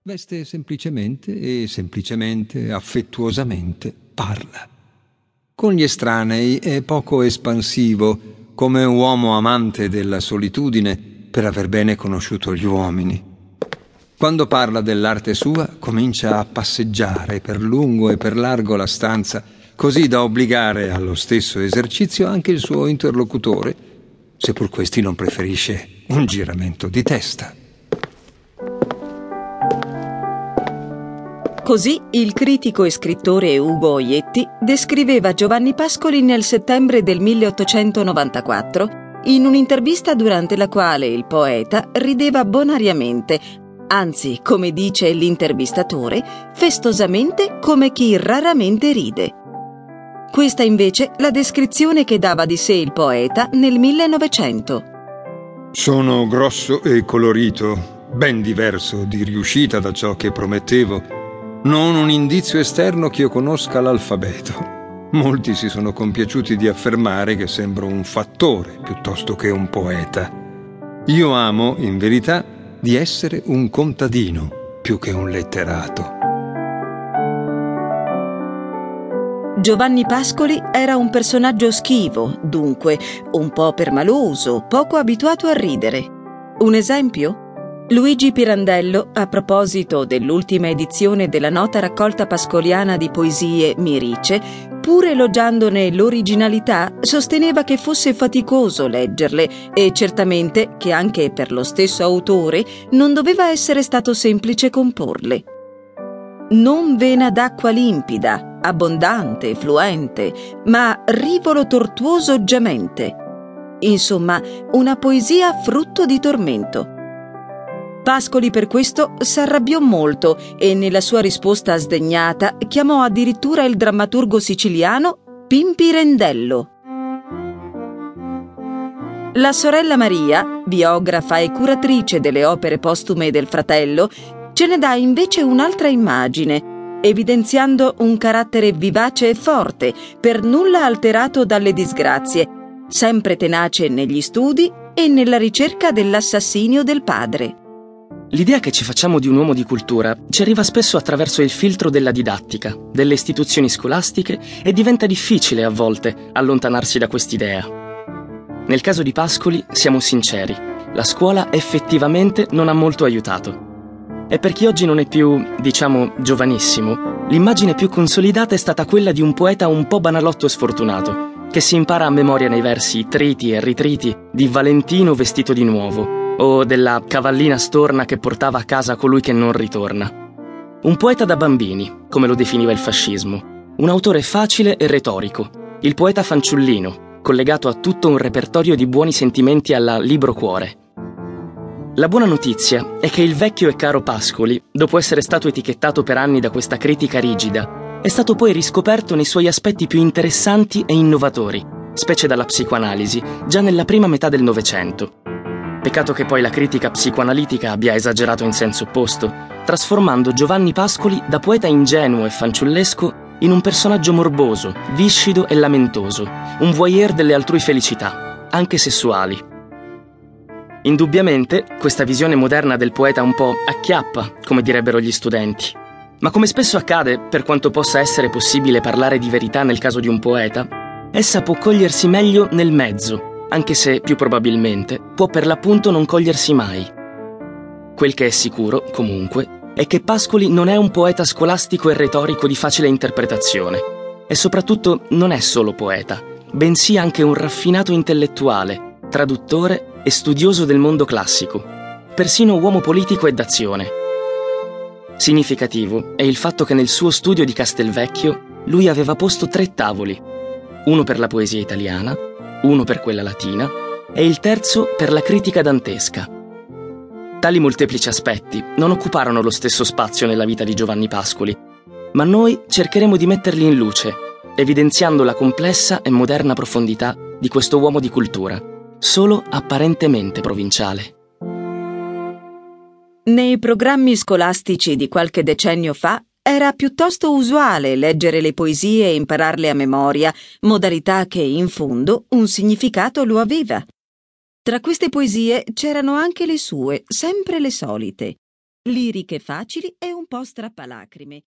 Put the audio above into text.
Veste semplicemente e semplicemente, affettuosamente, parla. Con gli estranei è poco espansivo, come un uomo amante della solitudine per aver bene conosciuto gli uomini. Quando parla dell'arte sua, comincia a passeggiare per lungo e per largo la stanza, così da obbligare allo stesso esercizio anche il suo interlocutore, seppur questi non preferisce un giramento di testa. Così il critico e scrittore Ugo Oietti descriveva Giovanni Pascoli nel settembre del 1894 in un'intervista durante la quale il poeta rideva bonariamente, anzi, come dice l'intervistatore, festosamente come chi raramente ride. Questa invece la descrizione che dava di sé il poeta nel 1900. Sono grosso e colorito, ben diverso di riuscita da ciò che promettevo. Non un indizio esterno che io conosca l'alfabeto. Molti si sono compiaciuti di affermare che sembro un fattore piuttosto che un poeta. Io amo, in verità, di essere un contadino più che un letterato. Giovanni Pascoli era un personaggio schivo, dunque, un po' permaloso, poco abituato a ridere. Un esempio? Luigi Pirandello, a proposito dell'ultima edizione della nota raccolta pascoliana di poesie Mirice, pur elogiandone l'originalità, sosteneva che fosse faticoso leggerle e certamente che anche per lo stesso autore non doveva essere stato semplice comporle. Non vena d'acqua limpida, abbondante, fluente, ma rivolo tortuoso gemente. Insomma, una poesia frutto di tormento. Pascoli per questo s'arrabbiò molto e nella sua risposta sdegnata chiamò addirittura il drammaturgo siciliano Pimpirendello. La sorella Maria, biografa e curatrice delle opere postume del fratello, ce ne dà invece un'altra immagine, evidenziando un carattere vivace e forte, per nulla alterato dalle disgrazie, sempre tenace negli studi e nella ricerca dell'assassinio del padre. L'idea che ci facciamo di un uomo di cultura ci arriva spesso attraverso il filtro della didattica, delle istituzioni scolastiche e diventa difficile a volte allontanarsi da quest'idea. Nel caso di Pascoli siamo sinceri, la scuola effettivamente non ha molto aiutato. E per chi oggi non è più, diciamo, giovanissimo, l'immagine più consolidata è stata quella di un poeta un po' banalotto e sfortunato, che si impara a memoria nei versi triti e ritriti di Valentino vestito di nuovo, o della cavallina storna che portava a casa colui che non ritorna. Un poeta da bambini, come lo definiva il fascismo, un autore facile e retorico, il poeta fanciullino, collegato a tutto un repertorio di buoni sentimenti alla libro cuore. La buona notizia è che il vecchio e caro Pascoli, dopo essere stato etichettato per anni da questa critica rigida, è stato poi riscoperto nei suoi aspetti più interessanti e innovatori, specie dalla psicoanalisi, già nella prima metà del Novecento. Peccato che poi la critica psicoanalitica abbia esagerato in senso opposto, trasformando Giovanni Pascoli da poeta ingenuo e fanciullesco in un personaggio morboso, viscido e lamentoso, un voyeur delle altrui felicità, anche sessuali. Indubbiamente, questa visione moderna del poeta un po' acchiappa, come direbbero gli studenti. Ma come spesso accade, per quanto possa essere possibile parlare di verità nel caso di un poeta, essa può cogliersi meglio nel mezzo, anche se, più probabilmente, può per l'appunto non cogliersi mai. Quel che è sicuro, comunque, è che Pascoli non è un poeta scolastico e retorico di facile interpretazione, e soprattutto non è solo poeta, bensì anche un raffinato intellettuale, traduttore e studioso del mondo classico, persino uomo politico e d'azione. Significativo è il fatto che nel suo studio di Castelvecchio lui aveva posto 3 tavoli, uno per la poesia italiana, uno per quella latina e il terzo per la critica dantesca. Tali molteplici aspetti non occuparono lo stesso spazio nella vita di Giovanni Pascoli, ma noi cercheremo di metterli in luce, evidenziando la complessa e moderna profondità di questo uomo di cultura, solo apparentemente provinciale. Nei programmi scolastici di qualche decennio fa era piuttosto usuale leggere le poesie e impararle a memoria, modalità che, in fondo, un significato lo aveva. Tra queste poesie c'erano anche le sue, sempre le solite. liriche facili e un po' strappalacrime.